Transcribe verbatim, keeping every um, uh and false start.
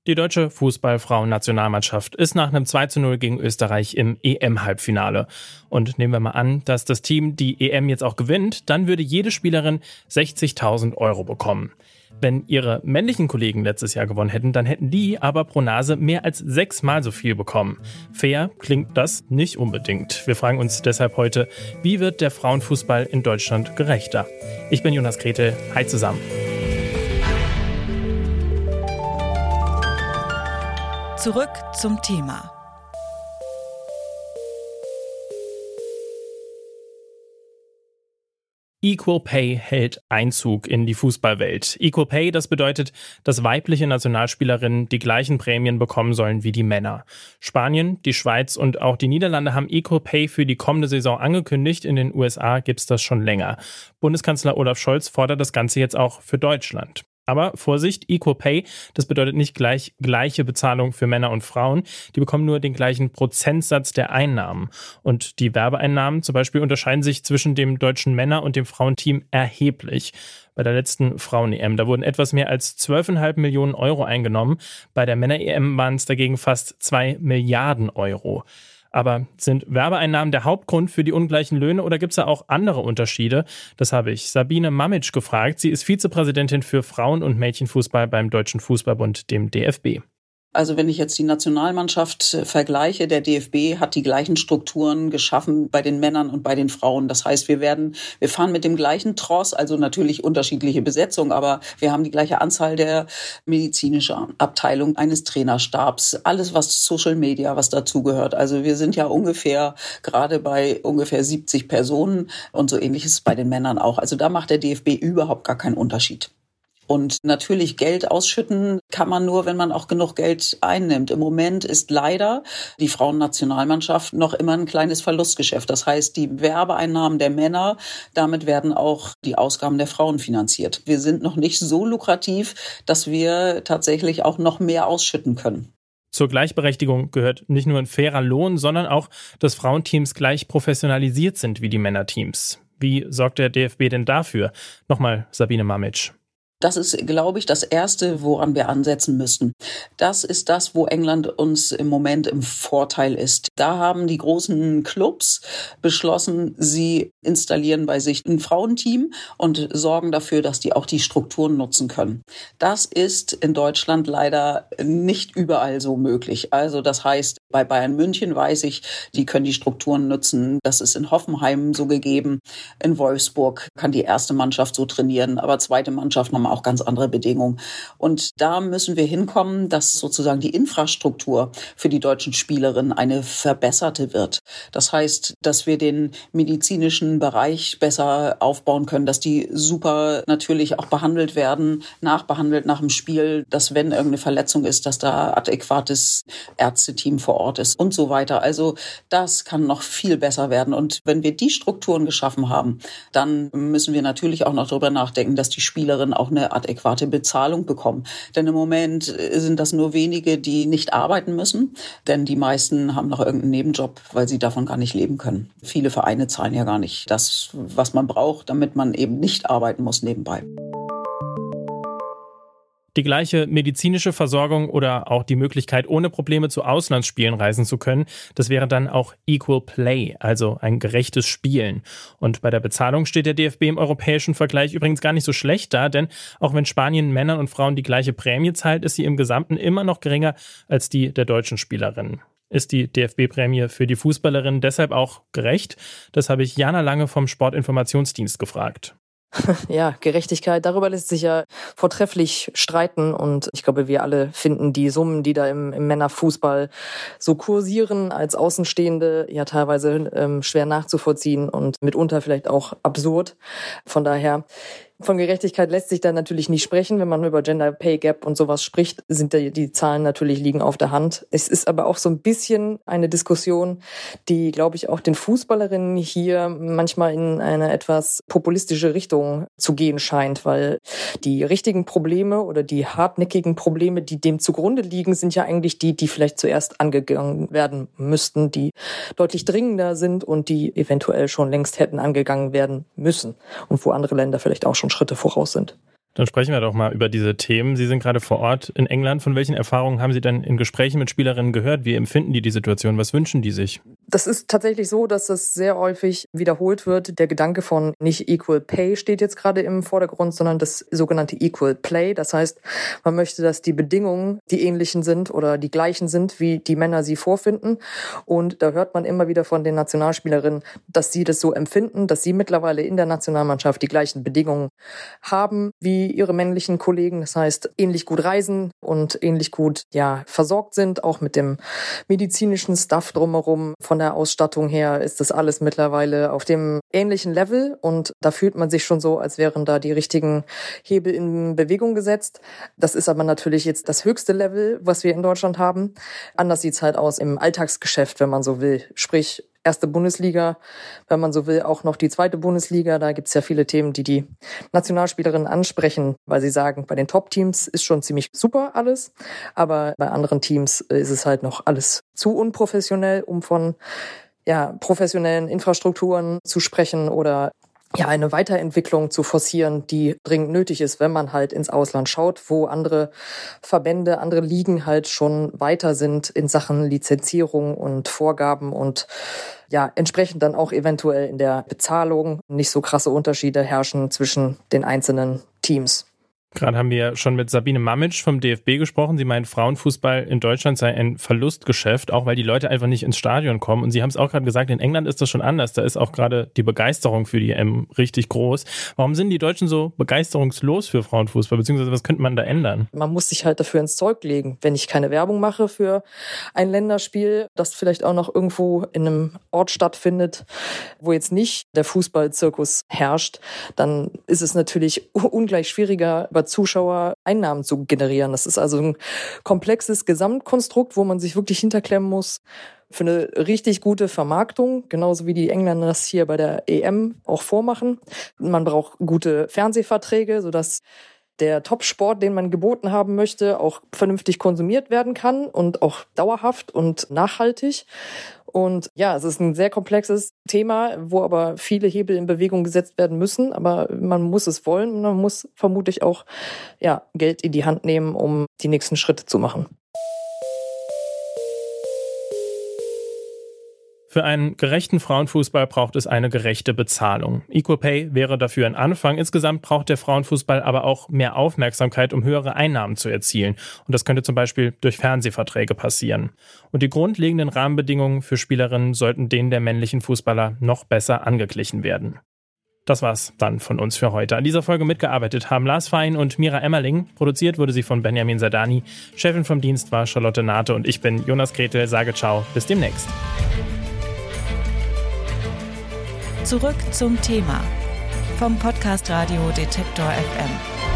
Die deutsche Fußball-Frauen-Nationalmannschaft ist nach einem zwei zu null gegen Österreich im E M-Halbfinale. Und nehmen wir mal an, dass das Team die E M jetzt auch gewinnt, dann würde jede Spielerin sechzigtausend Euro bekommen. Wenn ihre männlichen Kollegen letztes Jahr gewonnen hätten, dann hätten die aber pro Nase mehr als sechsmal so viel bekommen. Fair klingt das nicht unbedingt. Wir fragen uns deshalb heute, wie wird der Frauenfußball in Deutschland gerechter? Ich bin Jonas Gretel. Hi zusammen. Zurück zum Thema. Equal Pay hält Einzug in die Fußballwelt. Equal Pay, das bedeutet, dass weibliche Nationalspielerinnen die gleichen Prämien bekommen sollen wie die Männer. Spanien, die Schweiz und auch die Niederlande haben Equal Pay für die kommende Saison angekündigt. In den U S A gibt's das schon länger. Bundeskanzler Olaf Scholz fordert das Ganze jetzt auch für Deutschland. Aber Vorsicht, Equal Pay, das bedeutet nicht gleich gleiche Bezahlung für Männer und Frauen. Die bekommen nur den gleichen Prozentsatz der Einnahmen. Und die Werbeeinnahmen zum Beispiel unterscheiden sich zwischen dem deutschen Männer- und dem Frauenteam erheblich. Bei der letzten Frauen-E M, da wurden etwas mehr als zwölf Komma fünf Millionen Euro eingenommen. Bei der Männer-E M waren es dagegen fast zwei Milliarden Euro. Aber sind Werbeeinnahmen der Hauptgrund für die ungleichen Löhne oder gibt es da auch andere Unterschiede? Das habe ich Sabine Mamic gefragt. Sie ist Vizepräsidentin für Frauen- und Mädchenfußball beim Deutschen Fußballbund, dem D F B. Also wenn ich jetzt die Nationalmannschaft vergleiche, der D F B hat die gleichen Strukturen geschaffen bei den Männern und bei den Frauen. Das heißt, wir werden, wir fahren mit dem gleichen Tross, also natürlich unterschiedliche Besetzung, aber wir haben die gleiche Anzahl der medizinischen Abteilung, eines Trainerstabs, alles was Social Media, was dazugehört. Also wir sind ja ungefähr gerade bei ungefähr siebzig Personen und so ähnlich ist es bei den Männern auch. Also da macht der D F B überhaupt gar keinen Unterschied. Und natürlich Geld ausschütten kann man nur, wenn man auch genug Geld einnimmt. Im Moment ist leider die Frauennationalmannschaft noch immer ein kleines Verlustgeschäft. Das heißt, die Werbeeinnahmen der Männer, damit werden auch die Ausgaben der Frauen finanziert. Wir sind noch nicht so lukrativ, dass wir tatsächlich auch noch mehr ausschütten können. Zur Gleichberechtigung gehört nicht nur ein fairer Lohn, sondern auch, dass Frauenteams gleich professionalisiert sind wie die Männerteams. Wie sorgt der D F B denn dafür? Nochmal Sabine Mamic. Das ist, glaube ich, das Erste, woran wir ansetzen müssten. Das ist das, wo England uns im Moment im Vorteil ist. Da haben die großen Clubs beschlossen, sie installieren bei sich ein Frauenteam und sorgen dafür, dass die auch die Strukturen nutzen können. Das ist in Deutschland leider nicht überall so möglich. Also das heißt, bei Bayern München weiß ich, die können die Strukturen nutzen. Das ist in Hoffenheim so gegeben. In Wolfsburg kann die erste Mannschaft so trainieren, aber zweite Mannschaft haben auch ganz andere Bedingungen. Und da müssen wir hinkommen, dass sozusagen die Infrastruktur für die deutschen Spielerinnen eine verbesserte wird. Das heißt, dass wir den medizinischen Bereich besser aufbauen können, dass die super natürlich auch behandelt werden, nachbehandelt nach dem Spiel, dass wenn irgendeine Verletzung ist, dass da adäquates Ärzteteam vor Ort ist und so weiter. Also das kann noch viel besser werden. Und wenn wir die Strukturen geschaffen haben, dann müssen wir natürlich auch noch darüber nachdenken, dass die Spielerinnen auch eine adäquate Bezahlung bekommen. Denn im Moment sind das nur wenige, die nicht arbeiten müssen, denn die meisten haben noch irgendeinen Nebenjob, weil sie davon gar nicht leben können. Viele Vereine zahlen ja gar nicht das, was man braucht, damit man eben nicht arbeiten muss nebenbei. Die gleiche medizinische Versorgung oder auch die Möglichkeit, ohne Probleme zu Auslandsspielen reisen zu können, das wäre dann auch Equal Play, also ein gerechtes Spielen. Und bei der Bezahlung steht der D F B im europäischen Vergleich übrigens gar nicht so schlecht da, denn auch wenn Spanien Männern und Frauen die gleiche Prämie zahlt, ist sie im Gesamten immer noch geringer als die der deutschen Spielerinnen. Ist die D F B-Prämie für die Fußballerinnen deshalb auch gerecht? Das habe ich Jana Lange vom Sportinformationsdienst gefragt. Ja, Gerechtigkeit, darüber lässt sich ja vortrefflich streiten und ich glaube, wir alle finden die Summen, die da im, im Männerfußball so kursieren, als Außenstehende ja teilweise ähm, schwer nachzuvollziehen und mitunter vielleicht auch absurd. Von daher Von Gerechtigkeit lässt sich da natürlich nicht sprechen. Wenn man über Gender Pay Gap und sowas spricht, sind die, die Zahlen natürlich liegen auf der Hand. Es ist aber auch so ein bisschen eine Diskussion, die, glaube ich, auch den Fußballerinnen hier manchmal in eine etwas populistische Richtung zu gehen scheint, weil die richtigen Probleme oder die hartnäckigen Probleme, die dem zugrunde liegen, sind ja eigentlich die, die vielleicht zuerst angegangen werden müssten, die deutlich dringender sind und die eventuell schon längst hätten angegangen werden müssen und wo andere Länder vielleicht auch schon Schritte voraus sind. Dann sprechen wir doch mal über diese Themen. Sie sind gerade vor Ort in England. Von welchen Erfahrungen haben Sie denn in Gesprächen mit Spielerinnen gehört? Wie empfinden die die Situation? Was wünschen die sich? Das ist tatsächlich so, dass es sehr häufig wiederholt wird. Der Gedanke von nicht Equal Pay steht jetzt gerade im Vordergrund, sondern das sogenannte Equal Play. Das heißt, man möchte, dass die Bedingungen die ähnlichen sind oder die gleichen sind, wie die Männer sie vorfinden. Und da hört man immer wieder von den Nationalspielerinnen, dass sie das so empfinden, dass sie mittlerweile in der Nationalmannschaft die gleichen Bedingungen haben wie ihre männlichen Kollegen. Das heißt, ähnlich gut reisen und ähnlich gut ja versorgt sind, auch mit dem medizinischen Stuff drumherum. Von der Ausstattung her ist das alles mittlerweile auf dem ähnlichen Level und da fühlt man sich schon so, als wären da die richtigen Hebel in Bewegung gesetzt. Das ist aber natürlich jetzt das höchste Level, was wir in Deutschland haben. Anders sieht's halt aus im Alltagsgeschäft, wenn man so will. Sprich, erste Bundesliga, wenn man so will, auch noch die zweite Bundesliga. Da gibt's ja viele Themen, die die Nationalspielerinnen ansprechen, weil sie sagen, bei den Top-Teams ist schon ziemlich super alles, aber bei anderen Teams ist es halt noch alles zu unprofessionell, um von ja professionellen Infrastrukturen zu sprechen oder ja, eine Weiterentwicklung zu forcieren, die dringend nötig ist, wenn man halt ins Ausland schaut, wo andere Verbände, andere Ligen halt schon weiter sind in Sachen Lizenzierung und Vorgaben und ja, entsprechend dann auch eventuell in der Bezahlung nicht so krasse Unterschiede herrschen zwischen den einzelnen Teams. Gerade haben wir schon mit Sabine Mamic vom D F B gesprochen. Sie meint, Frauenfußball in Deutschland sei ein Verlustgeschäft, auch weil die Leute einfach nicht ins Stadion kommen. Und Sie haben es auch gerade gesagt, in England ist das schon anders. Da ist auch gerade die Begeisterung für die E M richtig groß. Warum sind die Deutschen so begeisterungslos für Frauenfußball? Beziehungsweise was könnte man da ändern? Man muss sich halt dafür ins Zeug legen. Wenn ich keine Werbung mache für ein Länderspiel, das vielleicht auch noch irgendwo in einem Ort stattfindet, wo jetzt nicht der Fußballzirkus herrscht, dann ist es natürlich ungleich schwieriger, über Zuschauer Einnahmen zu generieren. Das ist also ein komplexes Gesamtkonstrukt, wo man sich wirklich hinterklemmen muss für eine richtig gute Vermarktung, genauso wie die Engländer das hier bei der E M auch vormachen. Man braucht gute Fernsehverträge, sodass der Top-Sport, den man geboten haben möchte, auch vernünftig konsumiert werden kann und auch dauerhaft und nachhaltig. Und ja, es ist ein sehr komplexes Thema, wo aber viele Hebel in Bewegung gesetzt werden müssen. Aber man muss es wollen und man muss vermutlich auch ja, Geld in die Hand nehmen, um die nächsten Schritte zu machen. Für einen gerechten Frauenfußball braucht es eine gerechte Bezahlung. Equal Pay wäre dafür ein Anfang. Insgesamt braucht der Frauenfußball aber auch mehr Aufmerksamkeit, um höhere Einnahmen zu erzielen. Und das könnte zum Beispiel durch Fernsehverträge passieren. Und die grundlegenden Rahmenbedingungen für Spielerinnen sollten denen der männlichen Fußballer noch besser angeglichen werden. Das war's dann von uns für heute. An dieser Folge mitgearbeitet haben Lars Fein und Mira Emmerling. Produziert wurde sie von Benjamin Sardani. Chefin vom Dienst war Charlotte Nate und ich bin Jonas Gretel. Sage ciao, bis demnächst. Zurück zum Thema vom Podcast Radio Detektor F M.